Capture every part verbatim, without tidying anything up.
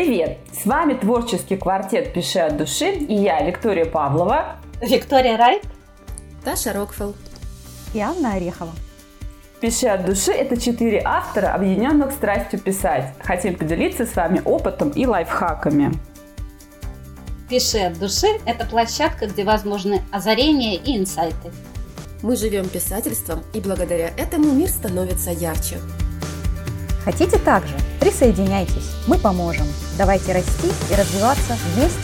Привет! С вами творческий квартет «Пиши от души» и я, Виктория Павлова, Виктория Райт, Таша Рокфелл и Анна Орехова. «Пиши от души» — это четыре автора, объединенных страстью писать. Хотим поделиться с вами опытом и лайфхаками. «Пиши от души» — это площадка, где возможны озарения и инсайты. Мы живем писательством, и благодаря этому мир становится ярче. Хотите так же? Присоединяйтесь, мы поможем. Давайте расти и развиваться вместе.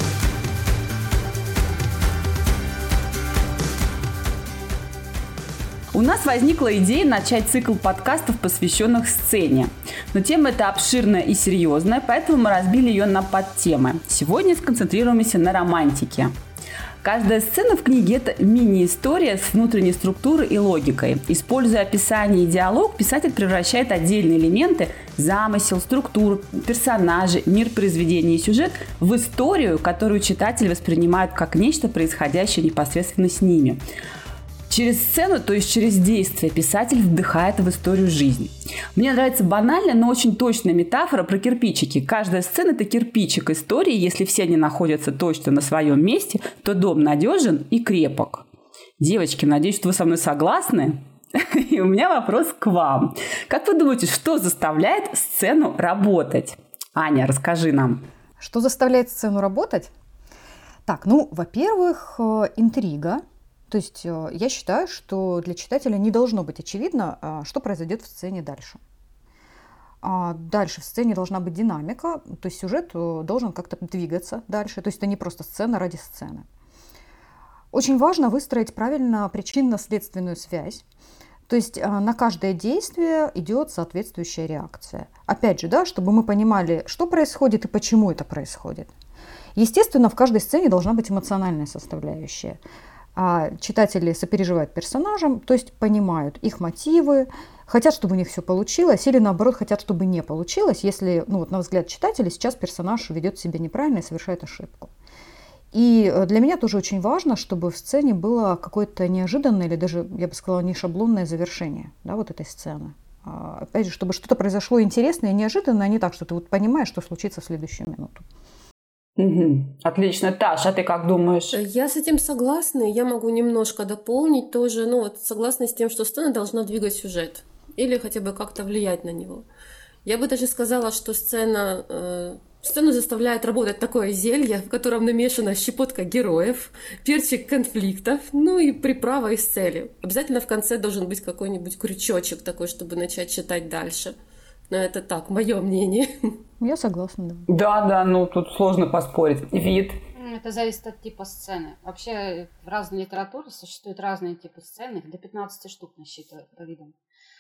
У нас возникла идея начать цикл подкастов, посвященных сцене. Но тема эта обширная и серьезная, поэтому мы разбили ее на подтемы. Сегодня сконцентрируемся на романтике. Каждая сцена в книге – это мини-история с внутренней структурой и логикой. Используя описание и диалог, писатель превращает отдельные элементы – замысел, структуру, персонажи, мир произведения и сюжет – в историю, которую читатель воспринимает как нечто, происходящее непосредственно с ними. Через сцену, то есть через действие, писатель вдыхает в историю жизнь. Мне нравится банальная, но очень точная метафора про кирпичики. Каждая сцена – это кирпичик истории. Если все они находятся точно на своем месте, то дом надежен и крепок. Девочки, надеюсь, что вы со мной согласны. И у меня вопрос к вам. Как вы думаете, что заставляет сцену работать? Аня, расскажи нам. Что заставляет сцену работать? Так, ну, во-первых, интрига. То есть я считаю, что для читателя не должно быть очевидно, что произойдет в сцене дальше. Дальше в сцене должна быть динамика, то есть сюжет должен как-то двигаться дальше. То есть это не просто сцена ради сцены. Очень важно выстроить правильно причинно-следственную связь. То есть на каждое действие идет соответствующая реакция. Опять же, да, чтобы мы понимали, что происходит и почему это происходит. Естественно, в каждой сцене должна быть эмоциональная составляющая. А читатели сопереживают персонажам, то есть понимают их мотивы, хотят, чтобы у них все получилось, или наоборот, хотят, чтобы не получилось, если, ну, вот, на взгляд читателя, сейчас персонаж ведет себя неправильно и совершает ошибку. И для меня тоже очень важно, чтобы в сцене было какое-то неожиданное или даже, я бы сказала, не шаблонное завершение, да, вот этой сцены. А, опять же, чтобы что-то произошло интересное и неожиданное, а не так, что ты вот понимаешь, что случится в следующую минуту. Угу. Отлично. Таша, а ты как думаешь? Я с этим согласна. Я могу немножко дополнить тоже. Ну, вот согласна с тем, что сцена должна двигать сюжет. Или хотя бы как-то влиять на него. Я бы даже сказала, что сцена, э, сцену заставляет работать такое зелье, в котором намешана щепотка героев, перчик конфликтов, ну и приправа из цели. Обязательно в конце должен быть какой-нибудь крючочек такой, чтобы начать читать дальше. Но это так, мое мнение. Я согласна, да. Да, да, ну тут сложно поспорить. Вид. Это зависит от типа сцены. Вообще в разной литературе существуют разные типы сцен, их до пятнадцати штук насчитывают по видам.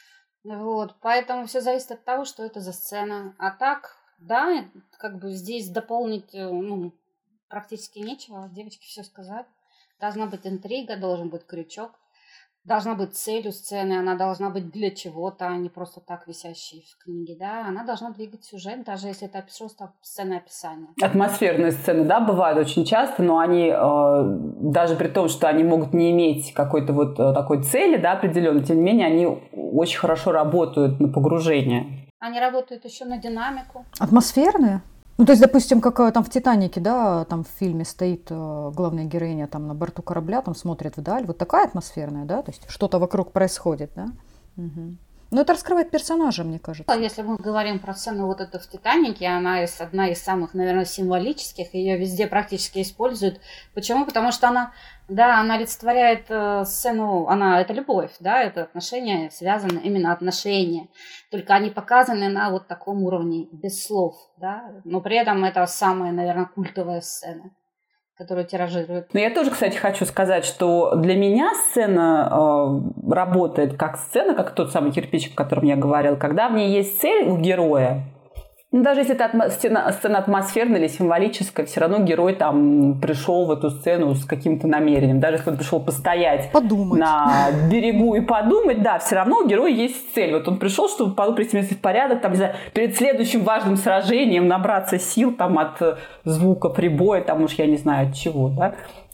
Вот, поэтому все зависит от того, что это за сцена. А так, да, как бы здесь дополнить, ну, практически нечего. Девочки все сказали. Должна быть интрига, должен быть крючок. Должна быть целью сцены, она должна быть для чего-то, а не просто так висящей в книге, да. Она должна двигать сюжет, даже если это просто сцена описания. Атмосферные сцены, да, бывают очень часто, но они, э, даже при том, что они могут не иметь какой-то вот э, такой цели, да, определенной, тем не менее, они очень хорошо работают на погружение. Они работают еще на динамику. Атмосферные? Ну, то есть, допустим, как там в «Титанике», да, там в фильме стоит э, главная героиня там на борту корабля, там смотрит вдаль. Вот такая атмосферная, да, то есть что-то вокруг происходит, да. Угу. Но это раскрывает персонажа, мне кажется. Если мы говорим про сцену вот эту в «Титанике», она из, одна из самых, наверное, символических, ее везде практически используют. Почему? Потому что она, да, она олицетворяет э, сцену, она, это любовь, да, это отношения, связаны именно отношения. Только они показаны на вот таком уровне, без слов, да, но при этом это самая, наверное, культовая сцена, которую тиражируют. Но я тоже, кстати, хочу сказать, что для меня сцена э, работает как сцена, как тот самый кирпичик, о котором я говорила, когда в ней есть цель у героя. Ну, даже если это атмо- сцена, сцена атмосферная или символическая, все равно герой там пришел в эту сцену с каким-то намерением. Даже если он пришел постоять подумать на берегу и подумать, да, все равно у героя есть цель. Вот он пришел, чтобы привести себя в порядок, там, не знаю, перед следующим важным сражением набраться сил там, от звука прибоя, там уж я не знаю от чего, да.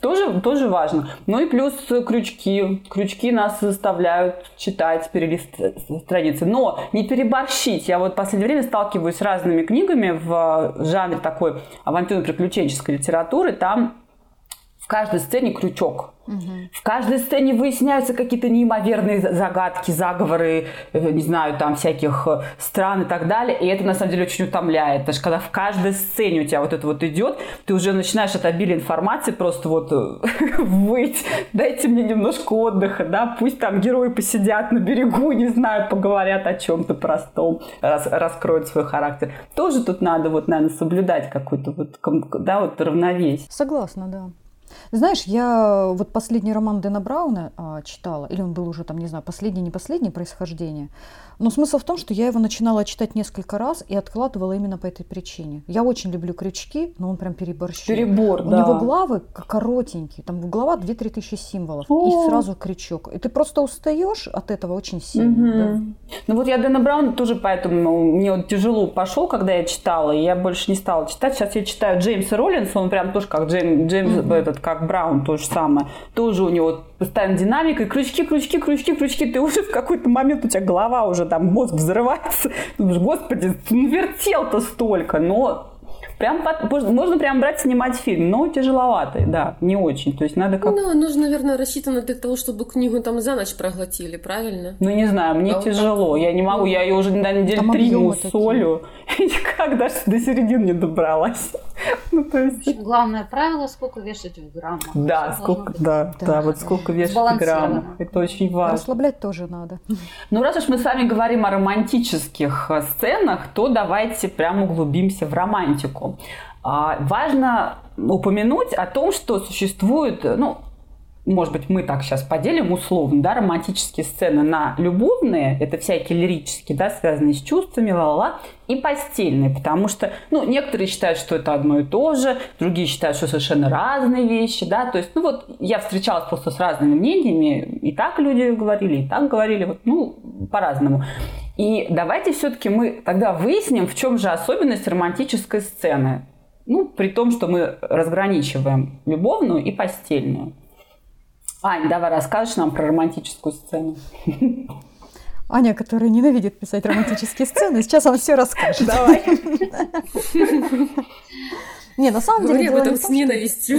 Тоже, тоже важно. Ну и плюс крючки. Крючки нас заставляют читать, перелистывать страницы. Но не переборщить. Я вот в последнее время сталкиваюсь с разными книгами в жанре такой авантюрно-приключенческой литературы. Там в каждой сцене крючок. Угу. В каждой сцене выясняются какие-то неимоверные загадки, заговоры, не знаю, там всяких стран и так далее. И это на самом деле очень утомляет. Потому что когда в каждой сцене у тебя вот это вот идет, ты уже начинаешь от обилия информации просто вот выть. Дайте мне немножко отдыха, да, пусть там герои посидят на берегу, не знаю, поговорят о чем-то простом, рас, раскроют свой характер. Тоже тут надо вот, наверное, соблюдать какое-то вот, да, вот равновесие. Согласна, да. Знаешь, я вот последний роман Дэна Брауна а, читала, или он был уже там, не знаю, последний, не последний, «Происхождение». Но смысл в том, что я его начинала читать несколько раз и откладывала именно по этой причине. Я очень люблю крючки, но он прям переборщил. Перебор, У да. него главы коротенькие, там глава две-три тысячи символов, О. и сразу крючок. И ты просто устаешь от этого очень сильно. Угу. Да? Ну вот я Дэна Брауна тоже поэтому, мне вот тяжело пошел, когда я читала, и я больше не стала читать. Сейчас я читаю Джеймса Роллинса, он прям тоже как Джейм, Джеймс, угу. этот, как Браун, то же самое. Тоже у него постоянно динамика, и крючки, крючки, крючки, крючки. Ты уже в какой-то момент, у тебя голова уже там, мозг взрывается. Думаешь, господи, ну вертел-то столько. Но прям под, можно прям брать, снимать фильм, но тяжеловатый, да, не очень. То есть надо как... Ну, нужно, наверное, рассчитано для того, чтобы книгу там за ночь проглотили, правильно? Ну, не знаю, мне а тяжело. Вот я не могу, я ее уже на неделю три мусолю. И никак даже до середины не добралась. Ну, то есть... Главное правило, сколько вешать в граммах. Да, сколько, да, да, да, вот сколько вешать в граммах. Это очень важно. Расслаблять тоже надо. Ну, раз уж мы с вами говорим о романтических сценах, то давайте прямо углубимся в романтику. Важно упомянуть о том, что существует, ну, может быть, мы так сейчас поделим условно, да, романтические сцены на любовные, это всякие лирические, да, связанные с чувствами, ла-ла-ла, и постельные, потому что, ну, некоторые считают, что это одно и то же, другие считают, что совершенно разные вещи, да, то есть, ну, вот я встречалась просто с разными мнениями, и так люди говорили, и так говорили, вот, ну, по-разному. И давайте все-таки мы тогда выясним, в чем же особенность романтической сцены, ну, при том, что мы разграничиваем любовную и постельную. Ань, давай расскажешь нам про романтическую сцену. Аня, которая ненавидит писать романтические сцены, сейчас вам все расскажет. Давай. Не, на самом деле... Говори об этом с ненавистью.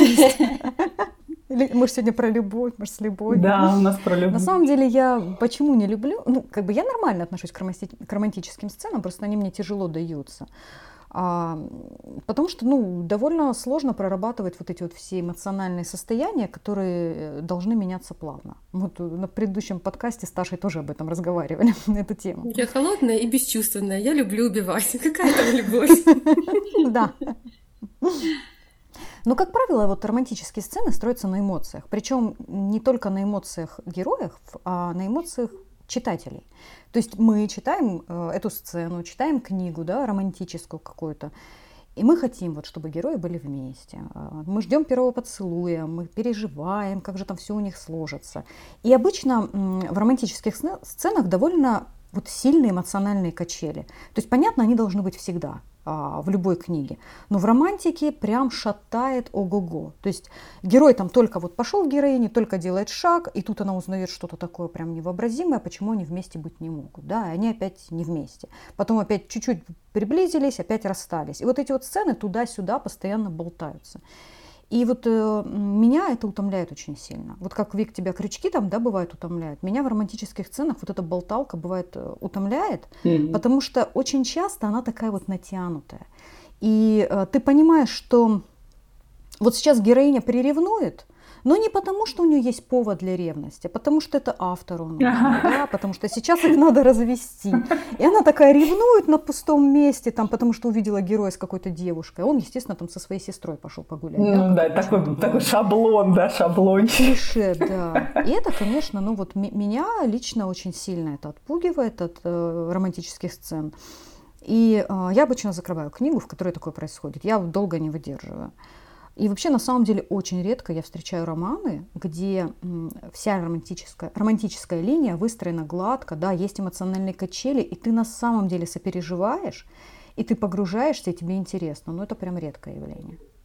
Мы же сегодня про любовь, может, с любовью. Да, у нас про любовь. На самом деле я почему не люблю... Ну, как бы я нормально отношусь к романтическим сценам, просто они мне тяжело даются. А, потому что, ну, довольно сложно прорабатывать вот эти вот все эмоциональные состояния, которые должны меняться плавно. Вот на предыдущем подкасте с Ташей тоже об этом разговаривали, на эту тему. Я холодная и бесчувственная, я люблю убивать. Какая там любовь? Да. Но, как правило, вот романтические сцены строятся на эмоциях. Причем не только на эмоциях героев, а на эмоциях читателей. То есть мы читаем э, эту сцену, читаем книгу, да, романтическую какую-то, и мы хотим, вот, чтобы герои были вместе. Мы ждем первого поцелуя, мы переживаем, как же там все у них сложится. И обычно м, в романтических сценах довольно вот, сильные эмоциональные качели. То есть, понятно, они должны быть всегда. В любой книге. Но в романтике прям шатает ого-го. То есть герой там только вот пошел в героине, только делает шаг, и тут она узнает что-то такое прям невообразимое, почему они вместе быть не могут. Да, и они опять не вместе. Потом опять чуть-чуть приблизились, опять расстались. И вот эти вот сцены туда-сюда постоянно болтаются. И вот э, меня это утомляет очень сильно. Вот как, Вик, тебя крючки там, да, бывают утомляют. Меня в романтических сценах вот эта болталка бывает утомляет, mm-hmm. потому что очень часто она такая вот натянутая. И э, ты понимаешь, что вот сейчас героиня приревнует, но не потому, что у нее есть повод для ревности, а потому что это автору нужно, да, потому что сейчас их надо развести. И она такая ревнует на пустом месте, там, потому что увидела героя с какой-то девушкой. Он, естественно, там со своей сестрой пошел погулять. Ну да, да такой, такой шаблон, да, шаблон. Клише, да. И это, конечно, ну вот м- меня лично очень сильно это отпугивает от э, романтических сцен. И э, я обычно закрываю книгу, в которой такое происходит. Я долго не выдерживаю. И вообще, на самом деле, очень редко я встречаю романы, где вся романтическая, романтическая линия выстроена гладко, да, есть эмоциональные качели, и ты на самом деле сопереживаешь, и ты погружаешься, и тебе интересно. Но это прям редкое явление.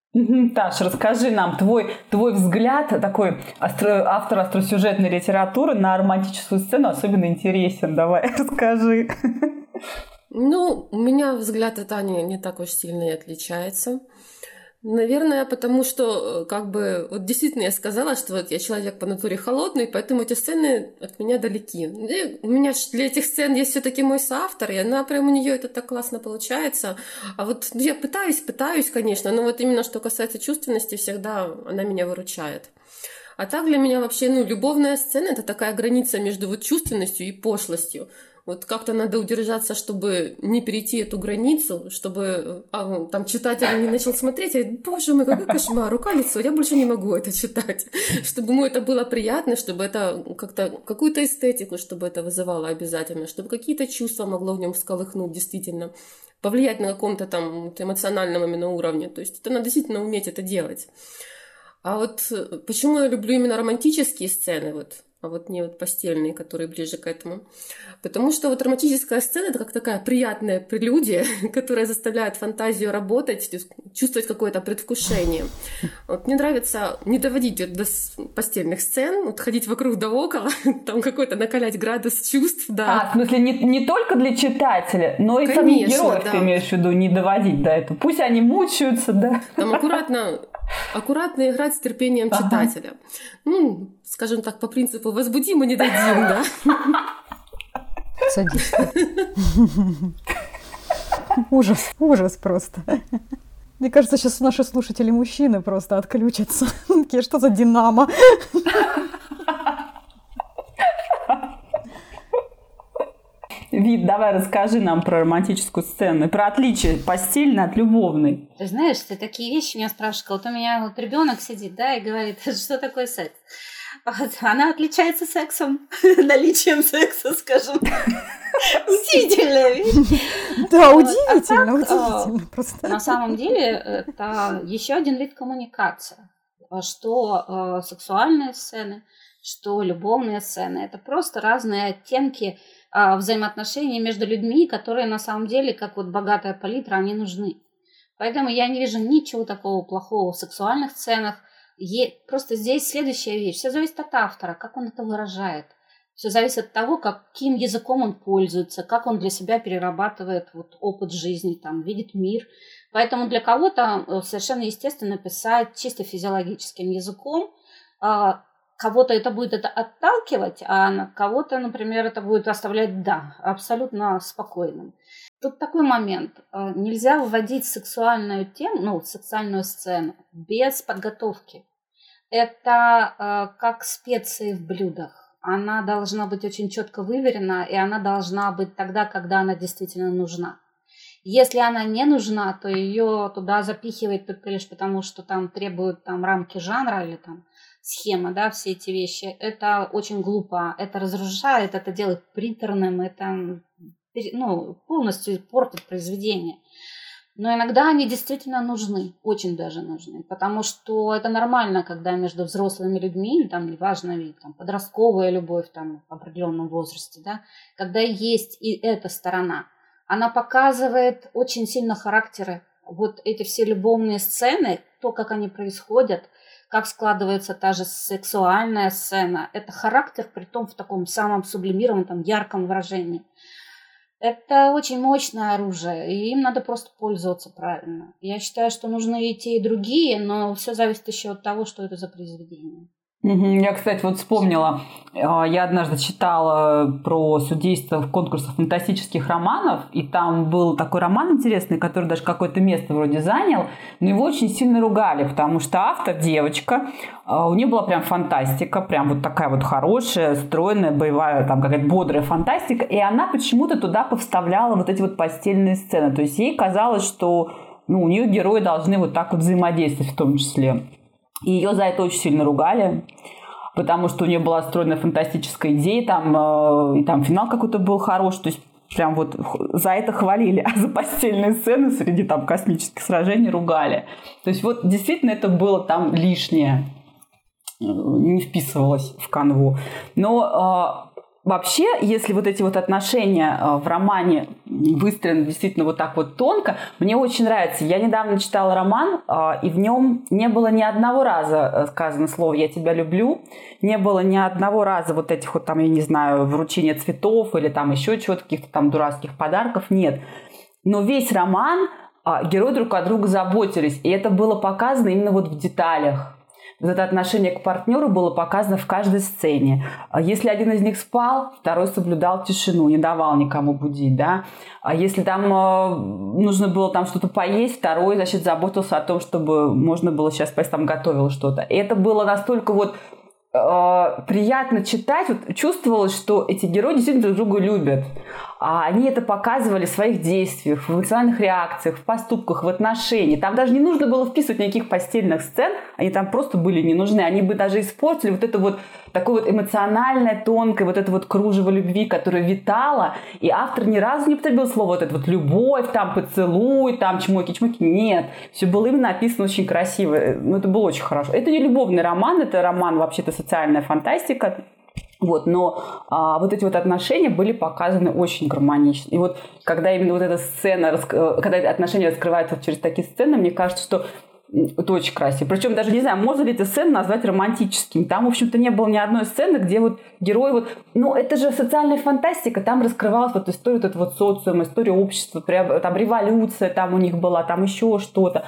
Таш, расскажи нам твой, твой взгляд, такой остро, автор остросюжетной литературы, на романтическую сцену особенно интересен. Давай, расскажи. Ну, у меня взгляд от Ани не так уж сильно и отличается. Наверное, потому что, как бы, вот действительно я сказала, что вот я человек по натуре холодный, поэтому эти сцены от меня далеки. И у меня для этих сцен есть все-таки мой соавтор, и она прям у нее это так классно получается. А вот ну, я пытаюсь, пытаюсь, конечно, но вот именно что касается чувственности, всегда она меня выручает. А так для меня вообще, ну, любовная сцена — это такая граница между вот чувственностью и пошлостью. Вот как-то надо удержаться, чтобы не перейти эту границу, чтобы а, там читатель не начал смотреть и говорит: боже мой, какой кошмар, рука-лицо, я больше не могу это читать. Чтобы ему это было приятно, чтобы это как-то какую-то эстетику, чтобы это вызывало обязательно, чтобы какие-то чувства могло в нем всколыхнуть действительно, повлиять на каком-то там эмоциональном именно уровне. То есть это надо действительно уметь это делать. А вот почему я люблю именно романтические сцены, вот, а вот не вот постельные, которые ближе к этому? Потому что вот романтическая сцена — это как такая приятная прелюдия, которая заставляет фантазию работать, чувствовать какое-то предвкушение. Вот мне нравится не доводить до постельных сцен, вот ходить вокруг да около, там какой-то накалять градус чувств, да. А, в смысле, не, не только для читателя, но и самих героев, да. Ты имеешь в виду, не доводить до этого. Пусть они мучаются, да. Там аккуратно... Аккуратно играть с терпением ага. читателя. Ну, скажем так, по принципу «возбудим и не дадим», да? Садись. Ужас, ужас просто. Мне кажется, сейчас наши слушатели мужчины просто отключатся. Такие, что за Динамо? Вит, давай расскажи нам про романтическую сцену, про отличие постельной от любовной. Ты знаешь, ты такие вещи меня спрашивала. Вот у меня вот ребенок сидит, да, и говорит: что такое секс? Вот, она отличается сексом, наличием секса, скажем. Удивительная вещь. Да, удивительно, удивительно просто. На самом деле это еще один вид коммуникации. Что сексуальные сцены, что любовные сцены. Это просто разные оттенки взаимоотношений между людьми, которые на самом деле, как вот богатая палитра, они нужны. Поэтому я не вижу ничего такого плохого в сексуальных сценах. Просто здесь следующая вещь. Все зависит от автора, как он это выражает. Все зависит от того, каким языком он пользуется, как он для себя перерабатывает вот опыт жизни, там, видит мир. Поэтому для кого-то совершенно естественно писать чисто физиологическим языком. Кого-то это будет это отталкивать, а кого-то, например, это будет оставлять, да, абсолютно спокойным. Тут такой момент. Нельзя вводить сексуальную тему, ну, сексуальную сцену без подготовки. Это э, как специи в блюдах. Она должна быть очень четко выверена, и она должна быть тогда, когда она действительно нужна. Если она не нужна, то ее туда запихивают только лишь потому, что там требуют там, рамки жанра или там схема, да, все эти вещи. Это очень глупо, это разрушает, это делает приторным, это ну, полностью портит произведение. Но иногда они действительно нужны, очень даже нужны, потому что это нормально, когда между взрослыми людьми, или там, неважно, или, там, подростковая любовь там, в определенном возрасте, да, когда есть и эта сторона, она показывает очень сильно характеры. Вот эти все любовные сцены, то, как они происходят, как складывается та же сексуальная сцена, это характер, притом в таком самом сублимированном, там, ярком выражении. Это очень мощное оружие, и им надо просто пользоваться правильно. Я считаю, что нужны и те, и другие, но все зависит еще от того, что это за произведение. Я, кстати, вот вспомнила, я однажды читала про судейство в конкурсах фантастических романов, и там был такой роман интересный, который даже какое-то место вроде занял, но его очень сильно ругали, потому что автор, девочка, у нее была прям фантастика, прям вот такая вот хорошая, стройная, боевая, там какая-то бодрая фантастика, и она почему-то туда повставляла вот эти вот постельные сцены, то есть ей казалось, что ну, у нее герои должны вот так вот взаимодействовать в том числе. И ее за это очень сильно ругали, потому что у нее была стройная фантастическая идея, там, э, и там финал какой-то был хороший, то есть прям вот за это хвалили, а за постельные сцены среди там космических сражений ругали. То есть вот действительно это было там лишнее, не вписывалось в канву. Но Вообще, если вот эти вот отношения в романе выстроены действительно вот так вот тонко, мне очень нравится. Я недавно читала роман, и в нем не было ни одного раза сказано слово «я тебя люблю», не было ни одного раза вот этих вот там, я не знаю, вручения цветов или там еще чего-то, каких-то там дурацких подарков, нет. Но весь роман герои друг о друга заботились, и это было показано именно вот в деталях. Вот это отношение к партнеру было показано в каждой сцене. Если один из них спал, второй соблюдал тишину, не давал никому будить, да. А если там э, нужно было там что-то поесть, второй, значит, заботился о том, чтобы можно было сейчас поесть, там готовил что-то. И это было настолько вот э, приятно читать, вот чувствовалось, что эти герои действительно друг друга любят. А они это показывали в своих действиях, в эмоциональных реакциях, в поступках, в отношениях. Там даже не нужно было вписывать никаких постельных сцен, они там просто были не нужны. Они бы даже испортили вот это вот такое вот эмоциональное, тонкое, вот это вот кружево любви, которое витало. И автор ни разу не употребил слово вот это вот любовь, там поцелуй, там чмоки-чмоки. Нет, все было именно написано очень красиво. Ну, это было очень хорошо. Это не любовный роман, это роман вообще-то социальная фантастика. Вот, но а, вот эти вот отношения были показаны очень гармонично. И вот когда именно вот эта сцена, когда отношения раскрываются вот через такие сцены, мне кажется, что это очень красиво. Причем даже не знаю, можно ли эту сцену назвать романтическими. Там, в общем-то, не было ни одной сцены, где вот герои вот... Ну, это же социальная фантастика. Там раскрывалась вот история вот этого вот социума, история общества, там революция там у них была, там еще что-то.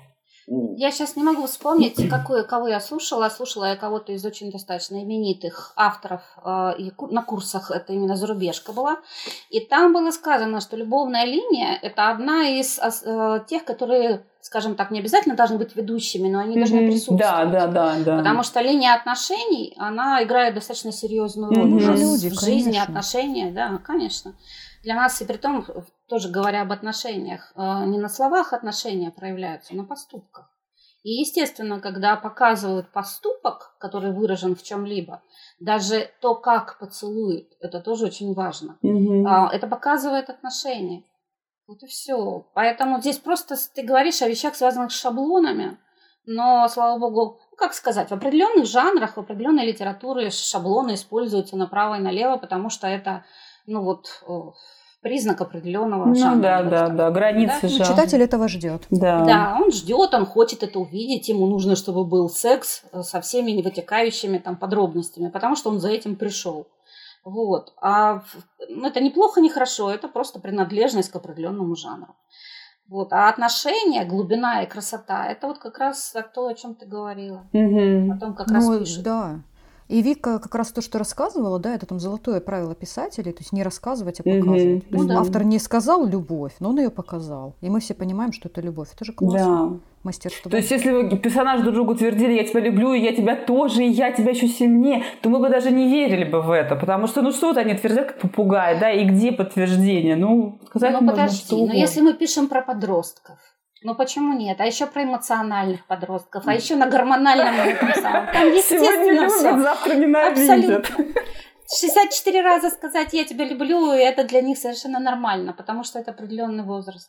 Я сейчас не могу вспомнить, какую, кого я слушала. Слушала я кого-то из очень достаточно именитых авторов э, и на курсах, это именно зарубежка была. И там было сказано, что любовная линия – это одна из э, тех, которые, скажем так, не обязательно должны быть ведущими, но они mm-hmm. должны присутствовать. Да, да, да, да. Потому что линия отношений, она играет достаточно серьезную роль mm-hmm. в люди, жизни, конечно. отношения, да, конечно. Для нас, и при том, тоже говоря об отношениях, не на словах отношения проявляются, а на поступках. И, естественно, когда показывают поступок, который выражен в чем-либо, даже то, как поцелует, это тоже очень важно. Mm-hmm. Это показывает отношения. Вот и все. Поэтому здесь просто ты говоришь о вещах, связанных с шаблонами, но, слава богу, ну, как сказать, в определенных жанрах, в определенной литературе шаблоны используются направо и налево, потому что это, ну вот, признак определенного ну, жанра. Да, да, да, границы да? жанра. Читатель этого ждет. Да. Да, он ждет, он хочет это увидеть, ему нужно, чтобы был секс со всеми невытекающими там подробностями, потому что он за этим пришел. Вот. А ну, это неплохо, не хорошо, это просто принадлежность к определенному жанру. Вот. А отношения, глубина и красота, это вот как раз то, о чем ты говорила. Угу. О том, как Ну, раз пишут. да. И Вика как раз то, что рассказывала, да, это там золотое правило писателей, то есть не рассказывать, а показывать. Угу. То есть Ну да. автор не сказал любовь, но он ее показал. И мы все понимаем, что это любовь. Это же классно. Да. Мастерство. То есть, если бы персонажи друг другу твердили «я тебя люблю», и «я тебя тоже», и «я тебя еще сильнее», то мы бы даже не верили бы в это, потому что, ну, что-то они твердят, как попугаи, да, и где подтверждение? Ну, сказать Ну, можно подожди, что но угодно. если мы пишем про подростков, ну почему нет? А еще про эмоциональных подростков, а еще на гормональном этом самом. Там, Сегодня естественно, любят, все. завтра ненавидят. Абсолютно. шестьдесят четыре раза сказать «я тебя люблю», и это для них совершенно нормально, потому что это определенный возраст.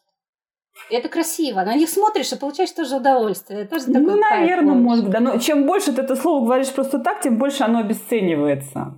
И это красиво. На них смотришь и получаешь тоже удовольствие. Тоже Ну, такой кайф наверное, ловишь. может быть, да. Но чем больше ты это слово говоришь просто так, тем больше оно обесценивается.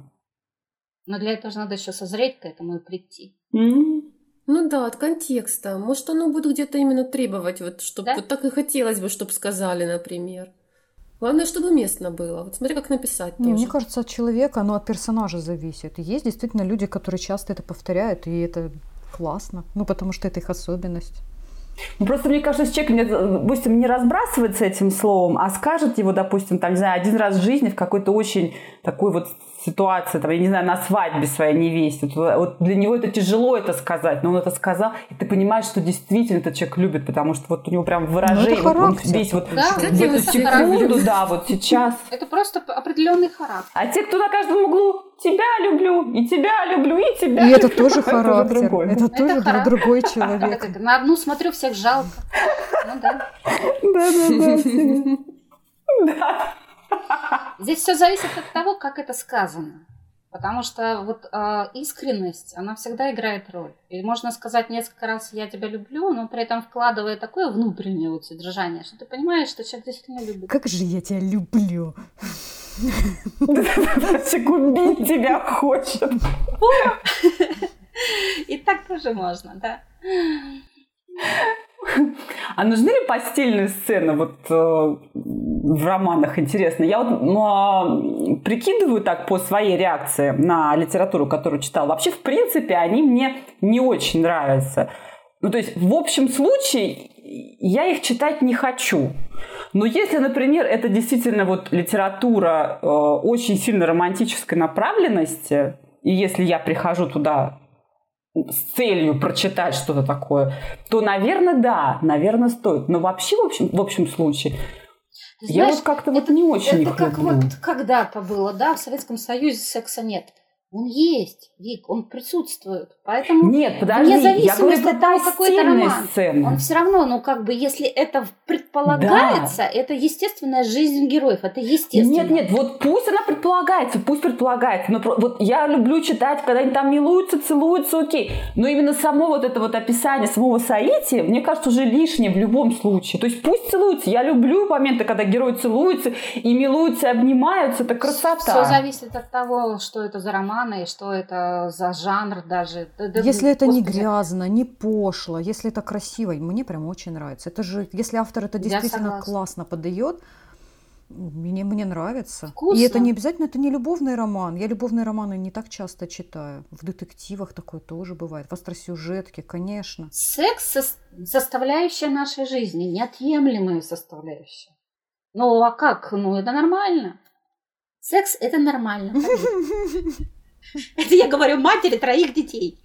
Но для этого же надо еще созреть к этому и прийти. М. Ну да, от контекста. Может, оно будет где-то именно требовать, вот, чтобы Да? вот так и хотелось бы, чтобы сказали, например. Главное, чтобы уместно было. Вот смотри, как написать Не, тоже. мне кажется, от человека, оно от персонажа зависит. И есть действительно люди, которые часто это повторяют, и это классно. Ну, потому что это их особенность. Ну, просто мне кажется, если человек, допустим, не разбрасывается этим словом, а скажет его, допустим, там, не знаю, один раз в жизни в какой-то очень такой вот ситуации, там, я не знаю, на свадьбе своей невесте. Вот для него это тяжело это сказать, но он это сказал, и ты понимаешь, что действительно этот человек любит, потому что вот у него прям выражение, Ну, это вот он характер. весь вот Да, в это эту секунду, характер. да, вот сейчас. Это просто определенный характер. А те, кто на каждом углу тебя люблю, и тебя люблю, и тебя И люблю. это тоже уже характер. другое. Это тоже характер. другой Как человек. это? На одну смотрю, всех жалко. Ну да. Да-да-да. Да. Здесь все зависит от того, как это сказано. Потому что вот э, искренность, она всегда играет роль. И можно сказать несколько раз «я тебя люблю», но при этом вкладывая такое внутреннее вот содержание, что ты понимаешь, что человек действительно любит. Как же я тебя люблю. Человек убить тебя хочет. И так тоже можно, да. А нужны ли постельные сцены вот э, в романах, интересно? Я вот э, прикидываю так по своей реакции на литературу, которую читала. Вообще, в принципе, они мне не очень нравятся. Ну, то есть, в общем случае, я их читать не хочу. Но если, например, это действительно вот литература э, очень сильно романтической направленности, и если я прихожу туда с целью прочитать что-то такое, то, наверное, да, наверное, стоит. Но вообще, в общем, в общем случае, Ты я знаешь, вот как-то это, вот не очень это их как люблю. вот когда-то было, да, в Советском Союзе секса нет. Он есть, Вик, он присутствует. Поэтому Нет, подожди, вне зависимости я говорю про от того, какой это постельные роман, сцены. он все равно, ну как бы, если это предполагается, Да. это естественная жизнь героев, это естественно. Нет, нет, вот пусть она предполагается, пусть предполагается. Но про- вот я люблю читать, когда они там милуются, целуются, окей. Но именно само вот это вот описание самого соития, мне кажется, уже лишнее в любом случае. То есть пусть целуются. Я люблю моменты, когда герои целуются и милуются, и обнимаются. Это красота. Все зависит от того, что это за романы и что это за жанр даже. Да, да, Если это не господи. грязно, не пошло, если это красиво, мне прям очень нравится. Это же, если автор это Я действительно согласна. классно подает, мне, мне нравится. Вкусно. И это не обязательно, это не любовный роман. Я любовные романы не так часто читаю. В детективах такое тоже бывает. В остросюжетке, конечно. Секс со- составляющая нашей жизни, неотъемлемая составляющая. Ну а как? Ну это нормально. Секс это нормально. поверь. Это я говорю матери троих детей.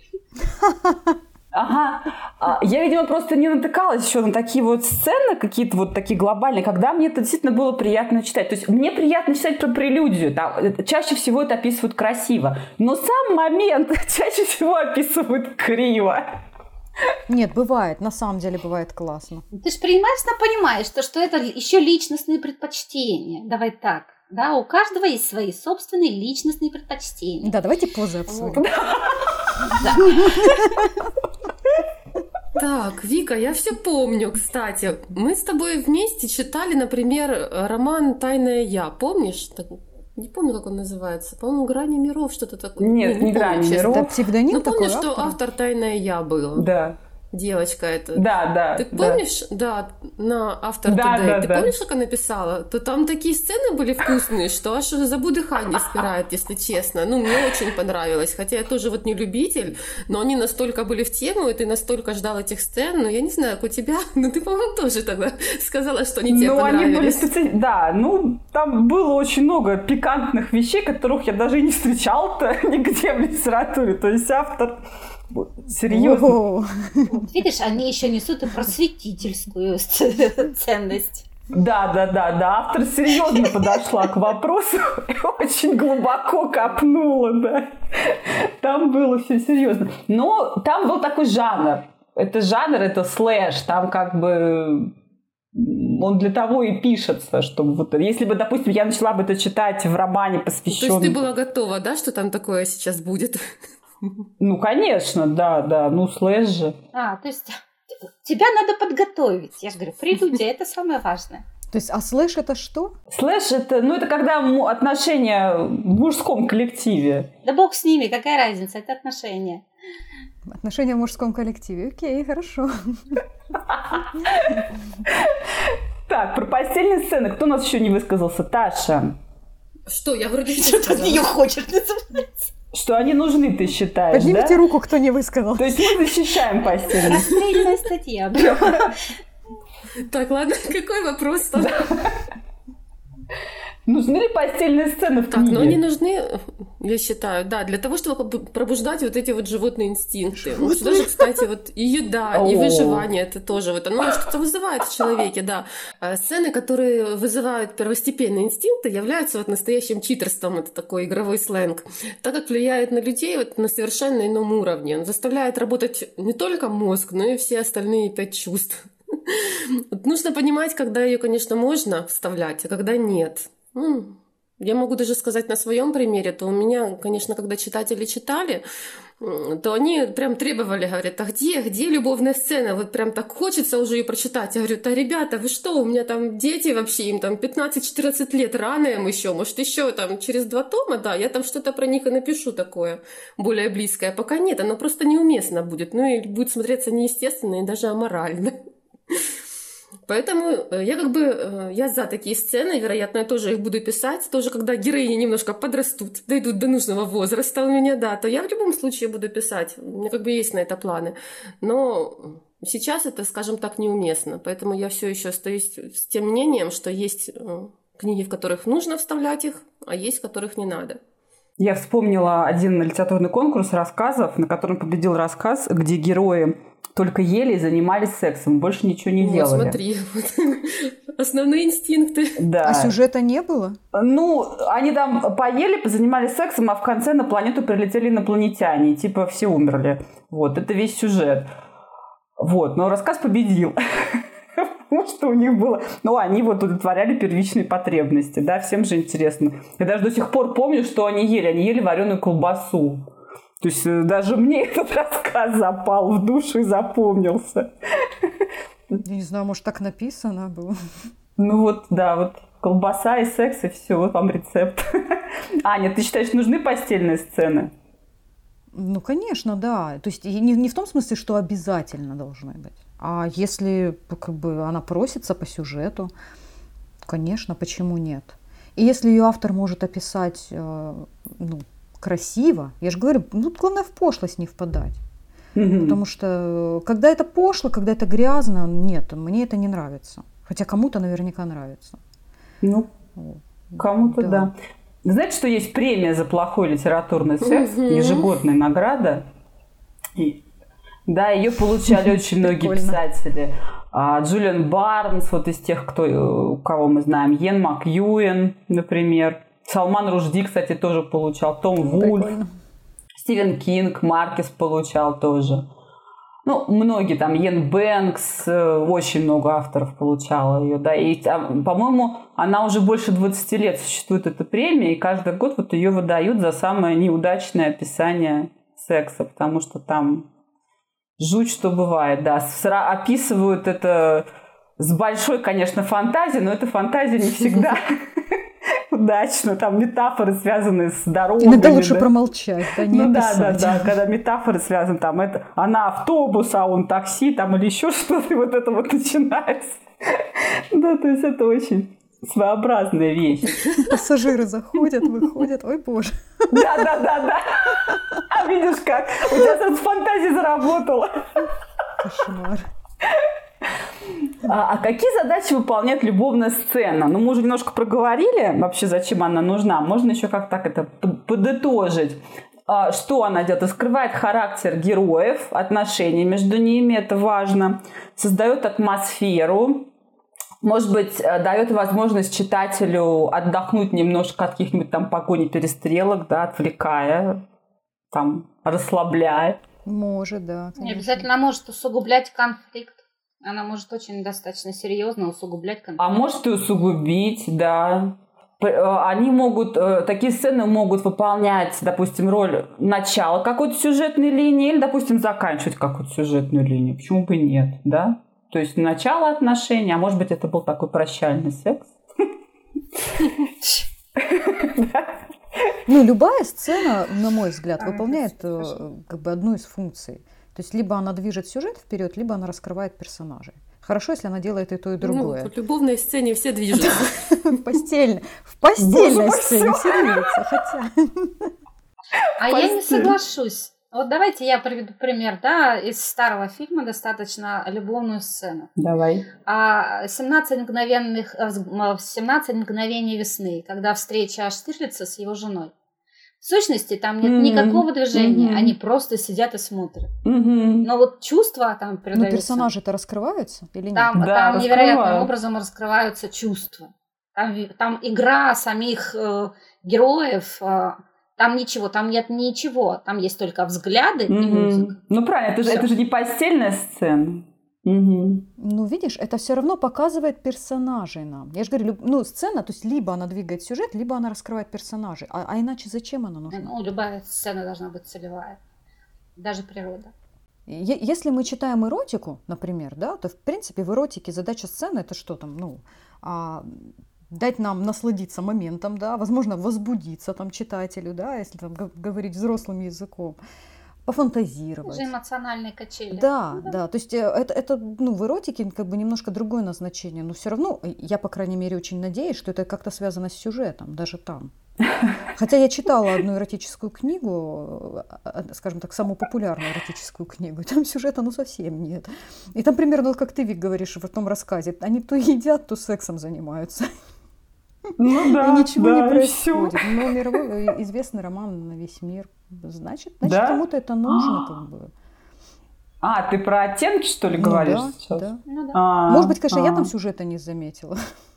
Ага. А, Я, видимо, просто не натыкалась еще на такие вот сцены, какие-то вот такие глобальные, когда мне это действительно было приятно читать. То есть мне приятно читать про прелюдию. Там, это- чаще всего это описывают красиво. Но сам момент чаще всего описывают криво. Нет, бывает, на самом деле бывает классно. Ты же преимущественно понимаешь, что, что это еще личностные предпочтения. Давай так. Да, у каждого есть свои собственные личностные предпочтения. Да, давайте позы обсудим. Так, Вика, я все помню, кстати. Мы с тобой вместе читали, например, роман «Тайное я». Помнишь? Так, не помню, как он называется. По-моему, «Грани миров», что-то такое. Нет, не помню, «Грани честно. миров». Это псевдоним Ну, такой помнишь, что автора? автор «Тайное я» был? Да. Девочка эта. Да, да. Ты да. помнишь, да, на автор Да, Today, да, ты да. помнишь, как она писала? То там такие сцены были вкусные, что аж забу дыхание спирает, если честно. Ну, мне очень понравилось, хотя я тоже вот не любитель, но они настолько были в тему, и ты настолько ждал этих сцен, ну, я не знаю, как у тебя, но ты, по-моему, тоже тогда сказала, что они тебе Ну, они были понравились. специ... Да, ну, там было очень много пикантных вещей, которых я даже и не встречал-то нигде в литературе. То есть автор... вот, серьезно. О, Вот видишь, они еще несут и просветительскую ценность. Да, да, да, да. Автор серьезно подошла к вопросу и очень глубоко копнула, да. Там было все серьезно. Но там был такой жанр. Это жанр, это слэш. Там как бы он для того и пишется, чтобы вот... Если бы, допустим, я начала бы это читать в романе, То есть посвященном... ты была готова, да, что там такое сейчас будет? Ну, конечно, да, да. Ну, слэш же. А, то есть тебя надо подготовить. Я же говорю, прелюдия – это самое важное. то есть, а слэш это что? Слэш это, ну, это когда му- отношения в мужском коллективе. Да бог с ними, какая разница, это отношения. Отношения в мужском коллективе. Окей, хорошо. Так, про постельные сцены. Кто у нас еще не высказался? Таша. Что, я вроде все Что ты от сказала. нее хочешь называть? Что они нужны, ты считаешь, Поднимите да? руку, кто не высказал. То есть мы защищаем постельные. Расстрельная статья. Так, ладно, какой вопрос там? Нужны ли постельные сцены в Так, но они книге? нужны, я считаю, да, для того, чтобы поб- пробуждать вот эти вот животные инстинкты. Вот что даже, кстати, вот и еда, и О. выживание, это тоже вот оно что-то вызывает в человеке, да. А сцены, которые вызывают первостепенные инстинкты, являются вот настоящим читерством, это такой игровой сленг, так как влияет на людей вот на совершенно ином уровне. Он заставляет работать не только мозг, но и все остальные пять чувств. Вот нужно понимать, когда ее, конечно, можно вставлять, а когда нет. М, Я могу даже сказать на своем примере, то у меня, конечно, когда читатели читали, то они прям требовали, говорят, а где, где любовная сцена? Вот прям так хочется уже ее прочитать. Я говорю, да, ребята, вы что, у меня там дети вообще, им там пятнадцать-четырнадцать лет, рано им еще, может еще там через два тома, да, я там что-то про них и напишу такое более близкое. Пока нет, оно просто неуместно будет, ну и будет смотреться неестественно и даже аморально. Поэтому я как бы, я за такие сцены, вероятно, я тоже их буду писать, тоже когда героини немножко подрастут, дойдут до нужного возраста у меня, да, то я в любом случае буду писать, у меня как бы есть на это планы, но сейчас это, скажем так, неуместно, поэтому я все еще остаюсь с тем мнением, что есть книги, в которых нужно вставлять их, а есть, в которых не надо. Я вспомнила один литературный конкурс рассказов, на котором победил рассказ, где герои только ели и занимались сексом, больше ничего не вот, делали. Смотри, основные инстинкты. Да. А сюжета не было? Ну, они там поели, позанимались сексом, а в конце на планету прилетели инопланетяне, и типа все умерли. Вот, это весь сюжет. Вот, но рассказ победил. Потому что у них было... Ну, они вот удовлетворяли первичные потребности, да, всем же интересно. Я даже до сих пор помню, что они ели. Они ели вареную колбасу. То есть даже мне этот рассказ запал в душу и запомнился. Я не знаю, может, так написано было. Ну вот, да, вот колбаса и секс, и все, вот вам рецепт. Аня, ты считаешь, нужны постельные сцены? Ну, конечно, да. То есть не, не в том смысле, что обязательно должны быть. А если как бы она просится по сюжету, конечно, почему нет? И если ее автор может описать э, ну, красиво, я же говорю, ну, главное в пошлость не впадать. Mm-hmm. Потому что когда это пошло, когда это грязно, нет, мне это не нравится. Хотя кому-то наверняка нравится. Ну, кому-то да. да. Знаете, что есть премия за плохой литературный секс, mm-hmm. ежегодная награда? И, да, ее получали очень многие писатели. А, Джулиан Барнс, вот из тех, кто, кого мы знаем, Йен Макьюэн, например. Салман Рушди, кстати, тоже получал. Том Вульф. Прикольно. Стивен Кинг, Маркес получал тоже. Ну, многие там, Йен Бэнкс, очень много авторов получало ее, да. И, по-моему, она уже больше двадцати лет существует, эта премия, и каждый год вот ее выдают за самое неудачное описание секса, потому что там жуть, что бывает, да. Описывают это с большой, конечно, фантазией, но эта фантазия не всегда удачно, там метафоры, связанные с дорогами. Иногда лучше да? промолчать, да, не ну, описать. Да, да, да, когда метафоры связаны, там, это, она автобус, а он такси, там, или еще что-то, и вот это вот начинается. Да, то есть это очень своеобразная вещь. Пассажиры заходят, выходят, ой, боже. Да, да, да, да. А видишь как, у тебя тут фантазия заработала. Кошмар. А, а какие задачи выполняет любовная сцена? Ну, мы уже немножко проговорили вообще, зачем она нужна. Можно еще как так это подытожить. А, что она делает? Раскрывает характер героев, отношения между ними, это важно. Создает атмосферу. Может быть, дает возможность читателю отдохнуть немножко от каких-нибудь там погони перестрелок, да, отвлекая, там, расслабляя. Может, да. Не обязательно может усугублять конфликт. Она может очень достаточно серьезно усугублять конфликт. А может и усугубить, да. Они могут, такие сцены могут выполнять, допустим, роль начала какой-то сюжетной линии или, допустим, заканчивать какую-то сюжетную линию. Почему бы нет, да? То есть начало отношений, а может быть, это был такой прощальный секс. Ну, любая сцена, на мой взгляд, выполняет как бы одну из функций. То есть либо она движет сюжет вперед, либо она раскрывает персонажей. Хорошо, если она делает и то, и другое. Ну, в любовной сцене все движутся. В постельной, в постельной сцене все движутся, хотя... А я не соглашусь. Вот давайте я приведу пример, да, из старого фильма, достаточно любовную сцену. Давай. А семнадцать мгновенных, семнадцать мгновений весны, когда встреча Штирлица с его женой. В сущности, там нет mm-hmm. никакого движения, mm-hmm. они просто сидят и смотрят. Mm-hmm. Но вот чувства там передаются. Но персонажи-то раскрываются или нет? Там, да, там невероятным образом раскрываются чувства. Там, там игра самих э, героев, э, там ничего, там нет ничего. Там есть только взгляды mm-hmm. и музыка. Ну правильно, это же, это же не постельная сцена. Угу. Ну, видишь, это все равно показывает персонажей нам. Я же говорю, ну, сцена, то есть либо она двигает сюжет, либо она раскрывает персонажей. А, а иначе зачем она нужна? Ну, любая сцена должна быть целевая. Даже природа. Е- Если мы читаем эротику, например, да, то в принципе в эротике задача сцены это что там, ну, а, дать нам насладиться моментом, да, возможно, возбудиться там читателю, да, если там г- говорить взрослым языком, пофантазировать. Уже эмоциональные качели. Да, Ну, да, то есть э, это, это, ну, в эротике как бы немножко другое назначение, но все равно э, я, по крайней мере, очень надеюсь, что это как-то связано с сюжетом, даже там. Хотя я читала одну эротическую книгу, э, э, скажем так, самую популярную эротическую книгу, и там сюжета ну совсем нет. И там примерно, вот как ты, Вик, говоришь в том рассказе, они то едят, то сексом занимаются. Ну да, И ничего да, не и всё. происходит. Но мировой э, известный роман на весь мир. Значит, значит Да? кому-то это нужно, как бы. А, ты про оттенки, что ли, Ну говоришь да, сейчас? да. Ну да. А, Может быть, конечно, я а. там сюжета не заметила.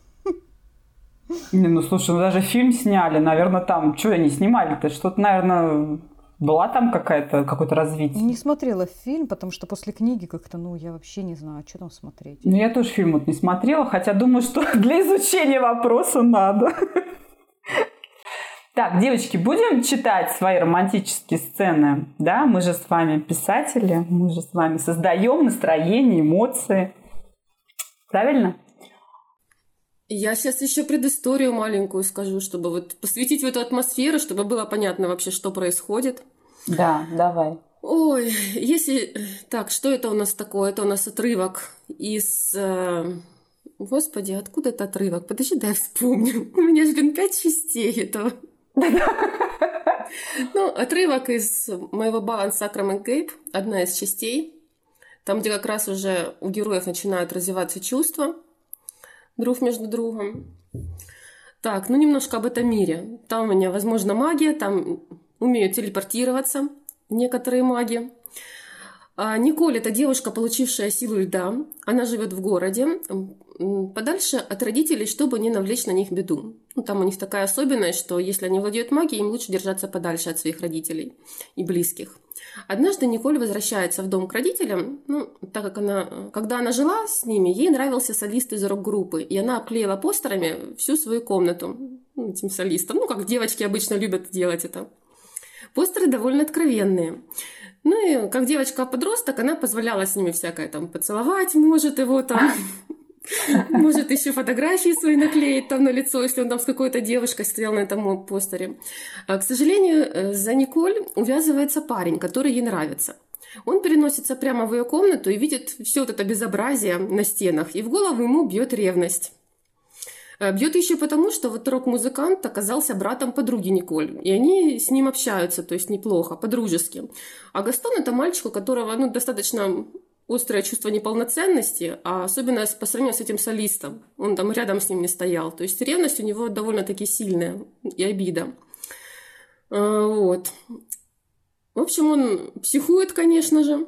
Не, ну слушай, ну даже фильм сняли, наверное, там, что они снимали-то? Что-то, наверное, была там какая-то, какое-то развитие. Не смотрела фильм, потому что после книги как-то, ну, я вообще не знаю, что там смотреть. Ну, я тоже фильм вот не смотрела, хотя думаю, что для изучения вопроса надо. Так, девочки, будем читать свои романтические сцены? Да, мы же с вами писатели, мы же с вами создаем настроение, эмоции. Правильно? Я сейчас еще предысторию маленькую скажу, чтобы вот посвятить в эту атмосферу, чтобы было понятно вообще, что происходит. Да, давай. Ой, если... Так, что это у нас такое? Это у нас отрывок из... э, Господи, откуда это отрывок? Подожди, дай я вспомню. У меня же, блин, пять частей этого. Ну, отрывок из моего Balance Sacrament Cape, одна из частей. Там, где как раз уже у героев начинают развиваться чувства друг между другом. Так, ну немножко об этом мире. Там у меня, возможно, магия, там умеют телепортироваться некоторые маги. А Николь – это девушка, получившая силу льда. Она живет в городе, м, подальше от родителей, чтобы не навлечь на них беду. Ну, там у них такая особенность, что если они владеют магией, им лучше держаться подальше от своих родителей и близких. Однажды Николь возвращается в дом к родителям, ну, так как она, когда она жила с ними, ей нравился солист из рок-группы, и она обклеила постерами всю свою комнату ну, этим солистом, ну, как девочки обычно любят делать это. Постеры довольно откровенные. Ну и как девочка-подросток, она позволяла с ними всякое там поцеловать, может его там, может еще фотографии свои наклеить там на лицо, если он там с какой-то девушкой стоял на этом постере. А, к сожалению, за Николь увязывается парень, который ей нравится. Он переносится прямо в ее комнату и видит все вот это безобразие на стенах, и в голову ему бьет ревность. Бьет еще потому, что вот рок-музыкант оказался братом подруги Николь, и они с ним общаются, то есть неплохо, по-дружески. А Гастон – это мальчик, у которого ну, достаточно острое чувство неполноценности, а особенно по сравнению с этим солистом. Он там рядом с ним не стоял. То есть ревность у него довольно-таки сильная и обида. Вот. В общем, он психует, конечно же,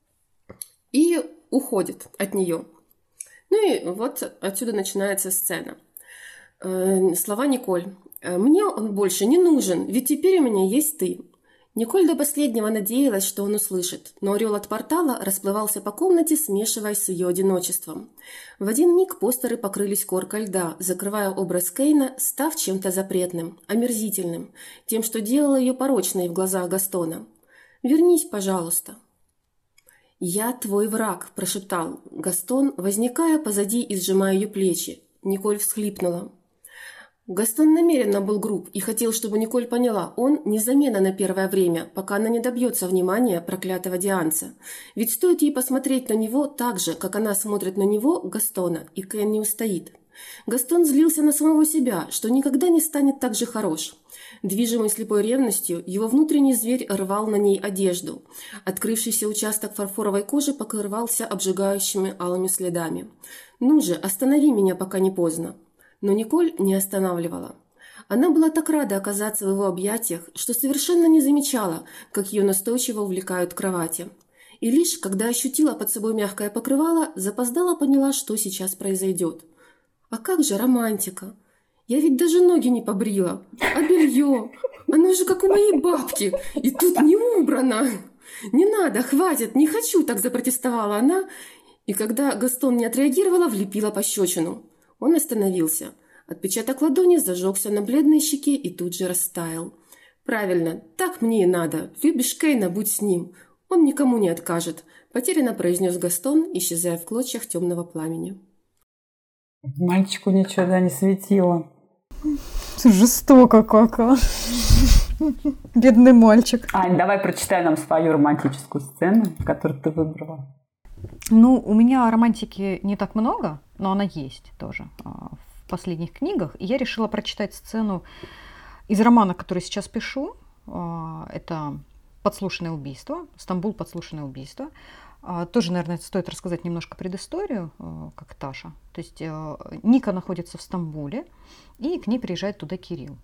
и уходит от нее. Ну и вот отсюда начинается сцена. Слова Николь. «Мне он больше не нужен, ведь теперь у меня есть ты». Николь до последнего надеялась, что он услышит, но орел от портала расплывался по комнате, смешиваясь с ее одиночеством. В один миг постеры покрылись коркой льда, закрывая образ Кейна, став чем-то запретным, омерзительным, тем, что делало ее порочной в глазах Гастона. «Вернись, пожалуйста». «Я твой враг», – прошептал Гастон, возникая позади и сжимая ее плечи. Николь всхлипнула. Гастон намеренно был груб и хотел, чтобы Николь поняла, он не замена на первое время, пока она не добьется внимания проклятого Дианца. Ведь стоит ей посмотреть на него так же, как она смотрит на него, Гастона, и Кен не устоит. Гастон злился на самого себя, что никогда не станет так же хорош. Движимый слепой ревностью, его внутренний зверь рвал на ней одежду. Открывшийся участок фарфоровой кожи покрывался обжигающими алыми следами. «Ну же, останови меня, пока не поздно». Но Николь не останавливала. Она была так рада оказаться в его объятиях, что совершенно не замечала, как ее настойчиво увлекают к кровати. И лишь, когда ощутила под собой мягкое покрывало, запоздала поняла, что сейчас произойдет. А как же романтика? Я ведь даже ноги не побрила. А белье? Оно же как у моей бабки. И тут не убрано. Не надо, хватит, не хочу, так запротестовала она. И когда Гастон не отреагировала, влепила пощечину. Он остановился. Отпечаток ладони зажегся на бледной щеке и тут же растаял. «Правильно, так мне и надо. Любишь Кейна, будь с ним. Он никому не откажет», – потерянно произнес Гастон, исчезая в клочьях темного пламени. Мальчику ничего да не светило. Жестоко как, а. Бедный мальчик. Ань, давай прочитай нам свою романтическую сцену, которую ты выбрала. Ну, у меня романтики не так много, но она есть тоже в последних книгах. И я решила прочитать сцену из романа, который сейчас пишу. Это «Подслушанное убийство», «Стамбул. Подслушанное убийство». Тоже, наверное, стоит рассказать немножко предысторию, как Таша. То есть Ника находится в Стамбуле, и к ней приезжает туда Кирилл.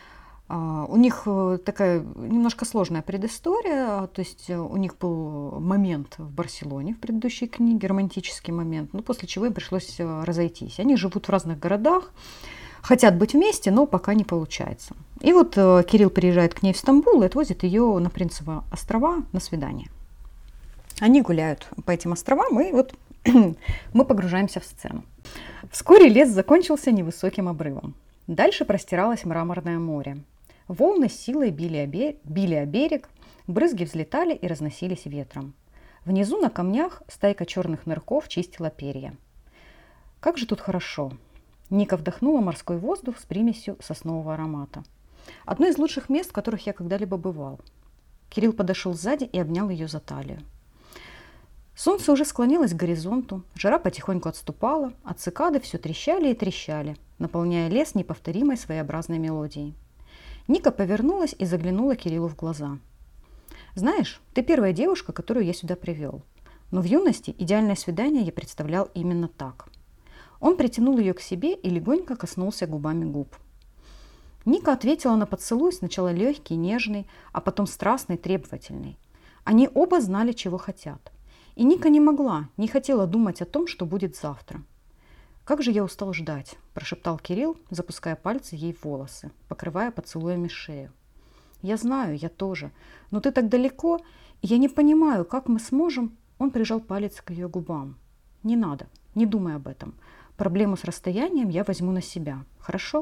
У них такая немножко сложная предыстория, то есть у них был момент в Барселоне в предыдущей книге, романтический момент, ну, после чего им пришлось разойтись. Они живут в разных городах, хотят быть вместе, но пока не получается. И вот Кирилл приезжает к ней в Стамбул и отвозит ее на Принцевы острова на свидание. Они гуляют по этим островам, и вот мы погружаемся в сцену. Вскоре лес закончился невысоким обрывом. Дальше простиралось мраморное море. Волны с силой били о, берег, били о берег, брызги взлетали и разносились ветром. Внизу на камнях стайка черных нырков чистила перья. Как же тут хорошо! Ника вдохнула морской воздух с примесью соснового аромата. Одно из лучших мест, в которых я когда-либо бывал. Кирилл подошел сзади и обнял ее за талию. Солнце уже склонилось к горизонту, жара потихоньку отступала, а цикады все трещали и трещали, наполняя лес неповторимой своеобразной мелодией. Ника повернулась и заглянула Кириллу в глаза. «Знаешь, ты первая девушка, которую я сюда привел. Но в юности идеальное свидание я представлял именно так». Он притянул ее к себе и легонько коснулся губами губ. Ника ответила на поцелуй, сначала легкий, нежный, а потом страстный, требовательный. Они оба знали, чего хотят. И Ника не могла, не хотела думать о том, что будет завтра. «Как же я устал ждать», – прошептал Кирилл, запуская пальцы ей в волосы, покрывая поцелуями шею. «Я знаю, я тоже. Но ты так далеко, и я не понимаю, как мы сможем...» Он прижал палец к ее губам. «Не надо, не думай об этом. Проблему с расстоянием я возьму на себя. Хорошо?»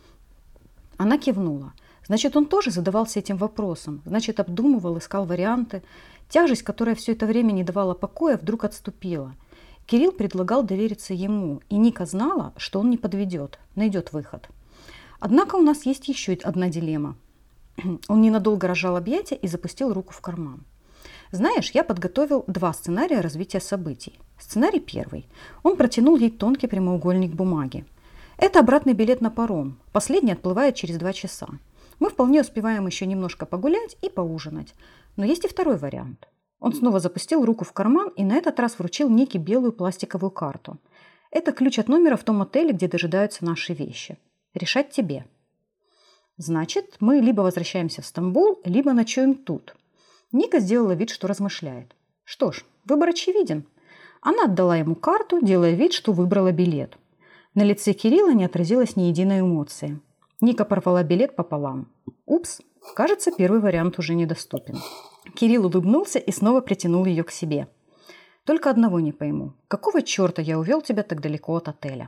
Она кивнула. Значит, он тоже задавался этим вопросом. Значит, обдумывал, искал варианты. Тяжесть, которая все это время не давала покоя, вдруг отступила. Кирилл предлагал довериться ему, и Ника знала, что он не подведет, найдет выход. Однако у нас есть еще одна дилемма. Он ненадолго разжал объятия и запустил руку в карман. «Знаешь, я подготовил два сценария развития событий. Сценарий первый. Он протянул ей тонкий прямоугольник бумаги. Это обратный билет на паром. Последний отплывает через два часа. Мы вполне успеваем еще немножко погулять и поужинать. Но есть и второй вариант». Он снова запустил руку в карман и на этот раз вручил Нике белую пластиковую карту. «Это ключ от номера в том отеле, где дожидаются наши вещи. Решать тебе». «Значит, мы либо возвращаемся в Стамбул, либо ночуем тут». Ника сделала вид, что размышляет. Что ж, выбор очевиден. Она отдала ему карту, делая вид, что выбрала билет. На лице Кирилла не отразилось ни единой эмоции. Ника порвала билет пополам. Упс, кажется, первый вариант уже недоступен. Кирилл улыбнулся и снова притянул ее к себе. «Только одного не пойму. Какого черта я увел тебя так далеко от отеля?»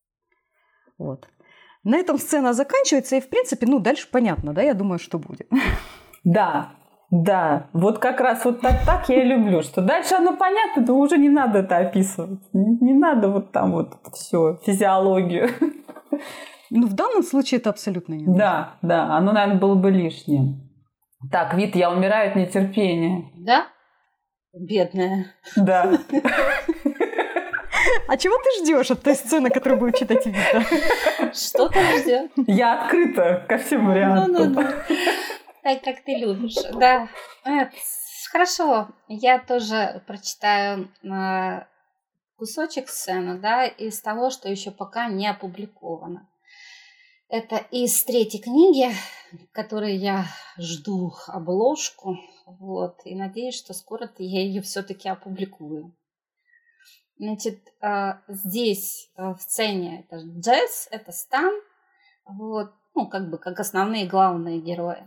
Вот. На этом сцена заканчивается, и, в принципе, ну, дальше понятно, да, я думаю, что будет. Да, да, вот как раз вот так, так я и люблю, что дальше оно понятно, но уже не надо это описывать. Не, не надо вот там вот все, физиологию. Ну, в данном случае это абсолютно не нужно. Да, да, оно, наверное, было бы лишнее. Так, Вит, я умираю от нетерпения. Да? Бедная. Да. А чего ты ждешь от той сцены, которую будет читать Вита? Что ты ждешь? Я открыта ко всем вариантам. Ну, ну, ну. Так, как ты любишь. Да. Хорошо. Я тоже прочитаю кусочек сцены, да, из того, что еще пока не опубликовано. Это из третьей книги, которой я жду обложку, вот, и надеюсь, что скоро я ее все-таки опубликую. Значит, здесь в сцене это Джесс, это Стан, вот, ну, как бы, как основные главные герои.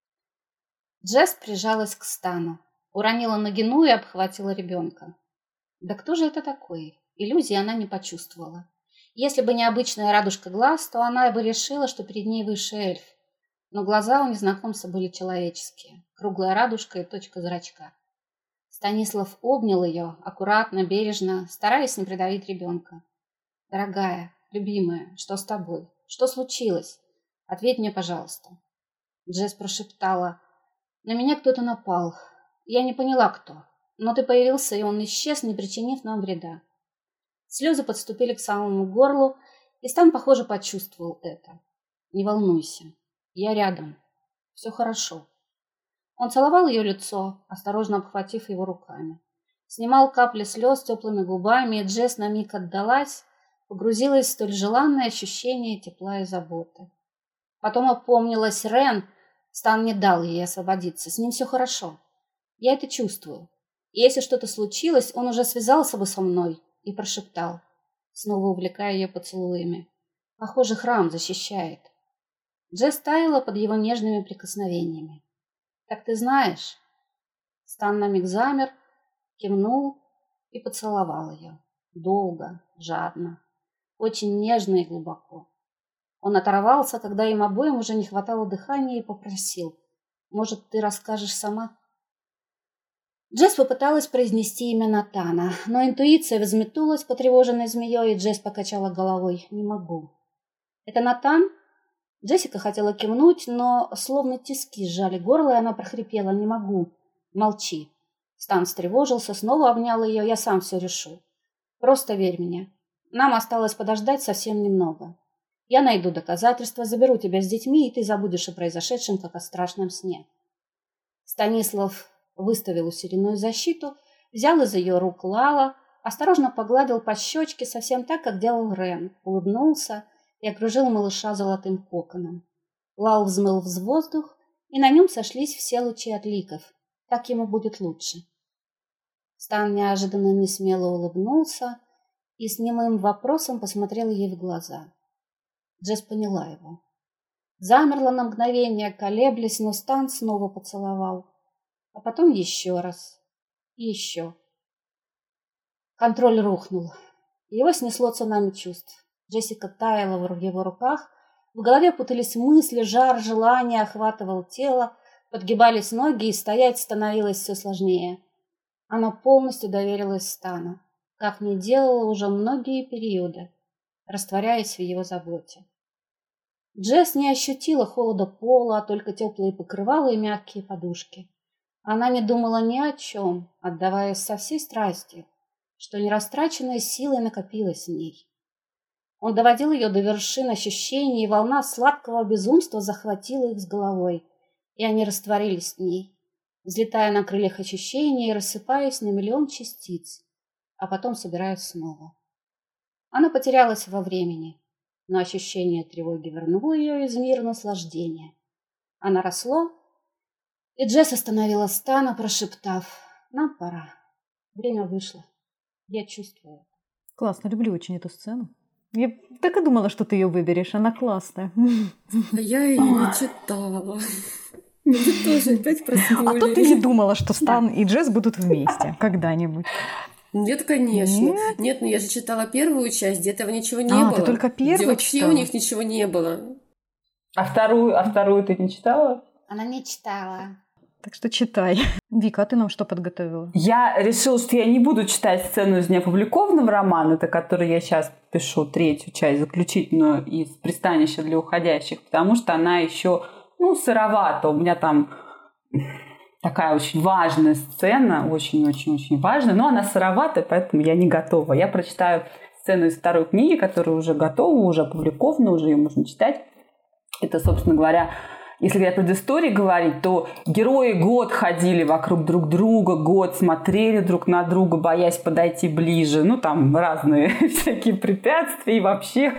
Джесс прижалась к Стану, уронила Нагину и обхватила ребенка. Да кто же это такой? Иллюзии она не почувствовала. Если бы не обычная радужка глаз, то она бы решила, что перед ней высший эльф. Но глаза у незнакомца были человеческие. Круглая радужка и точка зрачка. Станислав обнял ее, аккуратно, бережно, стараясь не придавить ребенка. «Дорогая, любимая, что с тобой? Что случилось? Ответь мне, пожалуйста». Джесс прошептала. «На меня кто-то напал. Я не поняла, кто. Но ты появился, и он исчез, не причинив нам вреда». Слезы подступили к самому горлу, и Стан, похоже, почувствовал это. «Не волнуйся, я рядом. Все хорошо». Он целовал ее лицо, осторожно обхватив его руками. Снимал капли слез теплыми губами, и Джесс на миг отдалась, погрузилась в столь желанное ощущение тепла и заботы. Потом опомнилась Рен. Стан не дал ей освободиться. С ним все хорошо. Я это чувствую. И если что-то случилось, он уже связался бы со мной и прошептал, снова увлекая ее поцелуями. Похоже, храм защищает. Джесс таяла под его нежными прикосновениями. «Так ты знаешь?» Стан на миг замер, кивнул и поцеловал ее. Долго, жадно, очень нежно и глубоко. Он оторвался, когда им обоим уже не хватало дыхания, и попросил: «Может, ты расскажешь сама?» Джесс попыталась произнести имя Натана, но интуиция взметнулась, потревоженной змеей, и Джесс покачала головой. «Не могу». «Это Натан?» Джессика хотела кивнуть, но словно тиски сжали горло, и она прохрипела: «Не могу». «Молчи». Стан встревожился, снова обнял ее. «Я сам все решу. Просто верь мне. Нам осталось подождать совсем немного. Я найду доказательства, заберу тебя с детьми, и ты забудешь о произошедшем, как о страшном сне». Станислав выставил усиленную защиту, взял из ее рук Лала, осторожно погладил по щечке, совсем так, как делал Рен, улыбнулся и окружил малыша золотым коконом. Лал взмыл в воздух, и на нем сошлись все лучи отликов. Так ему будет лучше. Стан неожиданно несмело улыбнулся и с немым вопросом посмотрел ей в глаза. Джесс поняла его. Замерла на мгновение, колеблясь, но Стан снова поцеловал. А потом еще раз. И еще. Контроль рухнул. Его снесло цунами чувств. Джессика таяла в его руках. В голове путались мысли, жар, желание охватывал тело. Подгибались ноги, и стоять становилось все сложнее. Она полностью доверилась Стану, как не делала уже многие периоды, растворяясь в его заботе. Джесс не ощутила холода пола, а только теплые покрывала и мягкие подушки. Она не думала ни о чем, отдаваясь со всей страстью, что нерастраченная сила накопилась в ней. Он доводил ее до вершин ощущений, и волна сладкого безумства захватила их с головой, и они растворились в ней, взлетая на крыльях ощущений и рассыпаясь на миллион частиц, а потом собираясь снова. Она потерялась во времени, но ощущение тревоги вернуло ее из мира наслаждения. Она росло, и Джесс остановила Стана, прошептав: «Нам пора. Время вышло. Я чувствую». Классно, люблю очень эту сцену. Я так и думала, что ты ее выберешь, она классная. А я ее не читала. Это тоже опять проспойлерили. А то ты не думала, что Стан и Джесс будут вместе когда-нибудь. Нет, конечно. Нет, Нет, ну я же читала первую часть, где этого ничего не а, было. ты только первую где вообще читала? У них ничего не было. А вторую, а вторую ты не читала? Она не читала. Так что читай. Вика, а ты нам что подготовила? Я решила, что я не буду читать сцену из неопубликованного романа, это который я сейчас пишу, третью часть, заключительную из «Пристанища для уходящих», потому что она еще, ну, сыровата. У меня там такая очень важная сцена, очень-очень-очень важная, но она сыроватая, поэтому я не готова. Я прочитаю сцену из второй книги, которая уже готова, уже опубликована, уже ее можно читать. Это, собственно говоря, если о предыстории говорить, то герои год ходили вокруг друг друга, год смотрели друг на друга, боясь подойти ближе. Ну, там разные всякие препятствия и вообще,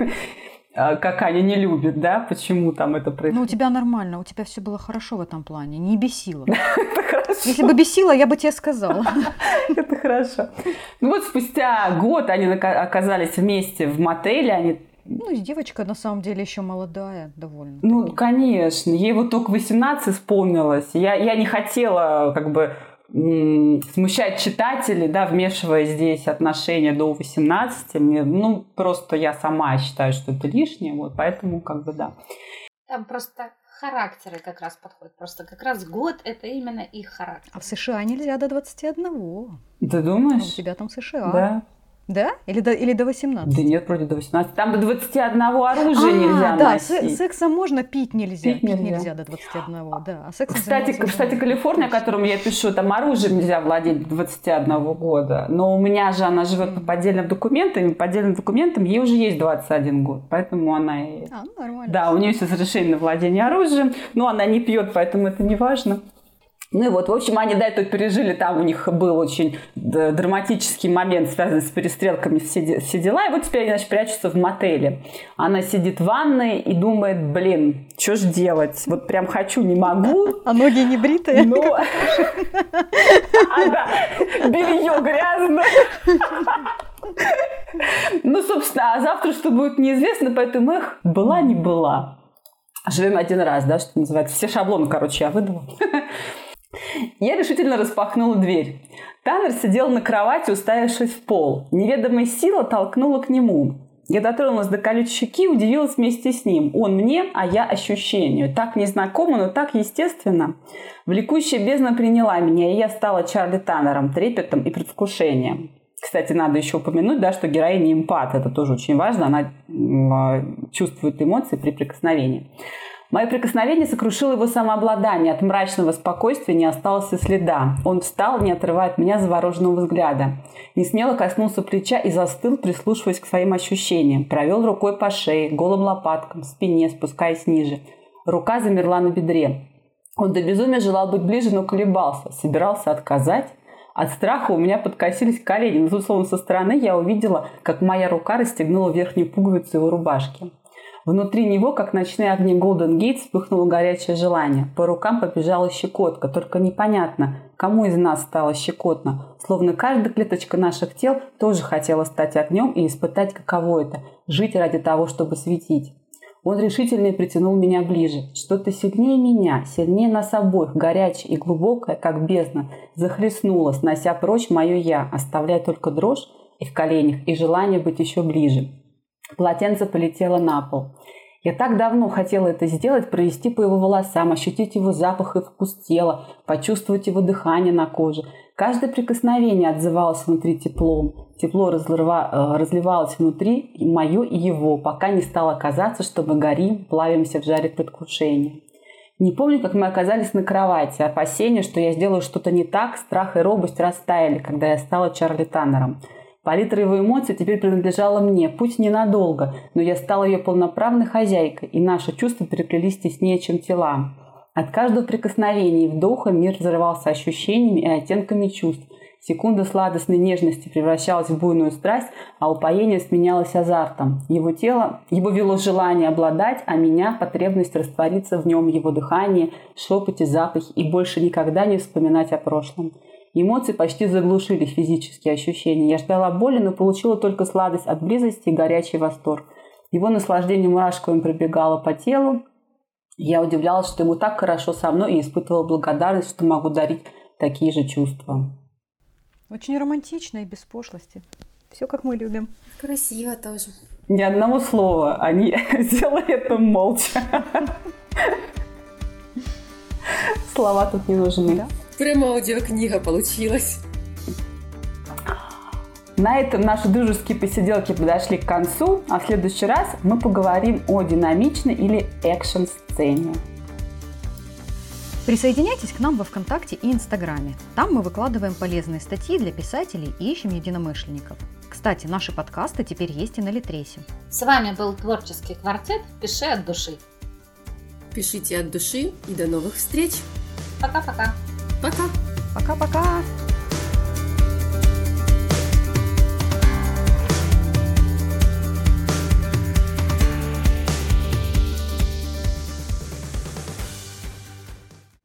как Аня не любит, да, почему там это происходит. Ну, у тебя нормально, у тебя все было хорошо в этом плане, не бесило. Это хорошо. Если бы бесило, я бы тебе сказала. Это хорошо. Ну вот спустя год они оказались вместе в мотеле, они... Ну, и девочка на самом деле еще молодая довольно. Ну, конечно. Ей вот только восемнадцать исполнилось. Я, я не хотела как бы м- смущать читателей, да, вмешивая здесь отношения до восемнадцати. Мне, ну, просто я сама считаю, что это лишнее, вот, поэтому как бы да. Там просто характеры как раз подходят. Просто как раз год – это именно их характер. А в США нельзя до двадцати одного. Ты думаешь? А у тебя там США. Да. Да? Или до, или до восемнадцати? Да нет, вроде до восемнадцати. Там до двадцати одного оружия а, нельзя да, носить. Сексом можно, пить нельзя. Пить Пить нельзя. нельзя до двадцати одного, да. А сексом Кстати, заниматься кстати, можно. Калифорния, о котором я пишу, там оружие нельзя владеть до двадцати одного года. Но у меня же она живет по поддельным документам, и по поддельным документам ей уже есть двадцать один год. Поэтому она и... А, ну нормально. Да, у нее есть разрешение на владение оружием, но она не пьет, поэтому это не важно. Ну и вот, в общем, они до этого пережили, там у них был очень драматический момент, связанный с перестрелками, все, все дела, и вот теперь они, значит, прячутся в мотеле. Она сидит в ванной и думает, блин, что ж делать, вот прям хочу, не могу. А ноги не бритые? Ну, белье грязное. Ну, собственно, а завтра что будет неизвестно, поэтому их была не была. Живем один раз, да, что называется. Все шаблоны, короче, я выдала. Я решительно распахнула дверь. Таннер сидел на кровати, уставившись в пол. Неведомая сила толкнула к нему. Я дотронулась до колючей щеки и удивилась вместе с ним. Он мне, а я ощущению. Так незнакомо, но так естественно. Влекущая бездна приняла меня, и я стала Чарли Таннером, трепетом и предвкушением. Кстати, надо еще упомянуть, да, что героиня эмпат. Это тоже очень важно. Она э, чувствует эмоции при прикосновении. Мое прикосновение сокрушило его самообладание. От мрачного спокойствия не осталось и следа. Он встал, не отрывая от меня завороженного взгляда. Несмело коснулся плеча и застыл, прислушиваясь к своим ощущениям. Провел рукой по шее, голым лопаткам, спине, спускаясь ниже. Рука замерла на бедре. Он до безумия желал быть ближе, но колебался. Собирался отказать. От страха у меня подкосились колени. Но тут, словно со стороны, я увидела, как моя рука расстегнула верхнюю пуговицу его рубашки. Внутри него, как ночные огни Голден Гейт, вспыхнуло горячее желание. По рукам побежала щекотка, только непонятно, кому из нас стало щекотно. Словно каждая клеточка наших тел тоже хотела стать огнем и испытать, каково это – жить ради того, чтобы светить. Он решительно притянул меня ближе. Что-то сильнее меня, сильнее нас обоих, горячее и глубокое, как бездна, захлестнуло, снося прочь мое «я», оставляя только дрожь и в коленях, и желание быть еще ближе. Полотенце полетело на пол. Я так давно хотела это сделать, провести по его волосам, ощутить его запах и вкус тела, почувствовать его дыхание на коже. Каждое прикосновение отзывалось внутри теплом. Тепло разлива, разливалось внутри, и мое, и его, пока не стало казаться, что мы горим, плавимся в жаре предвкушения. Не помню, как мы оказались на кровати. Опасения, что я сделаю что-то не так, страх и робость растаяли, когда я стала Чарли Таннером. Палитра его эмоций теперь принадлежала мне, пусть ненадолго, но я стала ее полноправной хозяйкой, и наши чувства переплелись теснее, чем тела. От каждого прикосновения и вдоха мир взрывался ощущениями и оттенками чувств. Секунда сладостной нежности превращалась в буйную страсть, а упоение сменялось азартом. Его тело, его вело желание обладать, а меня – потребность раствориться в нем, его дыхание, шепоте, запахе и больше никогда не вспоминать о прошлом. Эмоции почти заглушили физические ощущения. Я ждала боли, но получила только сладость от близости и горячий восторг. Его наслаждение мурашками пробегало по телу. Я удивлялась, что ему так хорошо со мной, и испытывала благодарность, что могу дарить такие же чувства. Очень романтично и без пошлости. Все как мы любим. Красиво тоже. Ни одного слова. Они сделали это молча. Слова тут не нужны. Да? Прямо аудиокнига получилась. На этом наши дружеские посиделки подошли к концу, а в следующий раз мы поговорим о динамичной или экшн-сцене. Присоединяйтесь к нам во ВКонтакте и Инстаграме. Там мы выкладываем полезные статьи для писателей и ищем единомышленников. Кстати, наши подкасты теперь есть и на Литресе. С вами был творческий квартет «Пиши от души». Пишите от души и до новых встреч. Пока-пока. Пока. Пока-пока!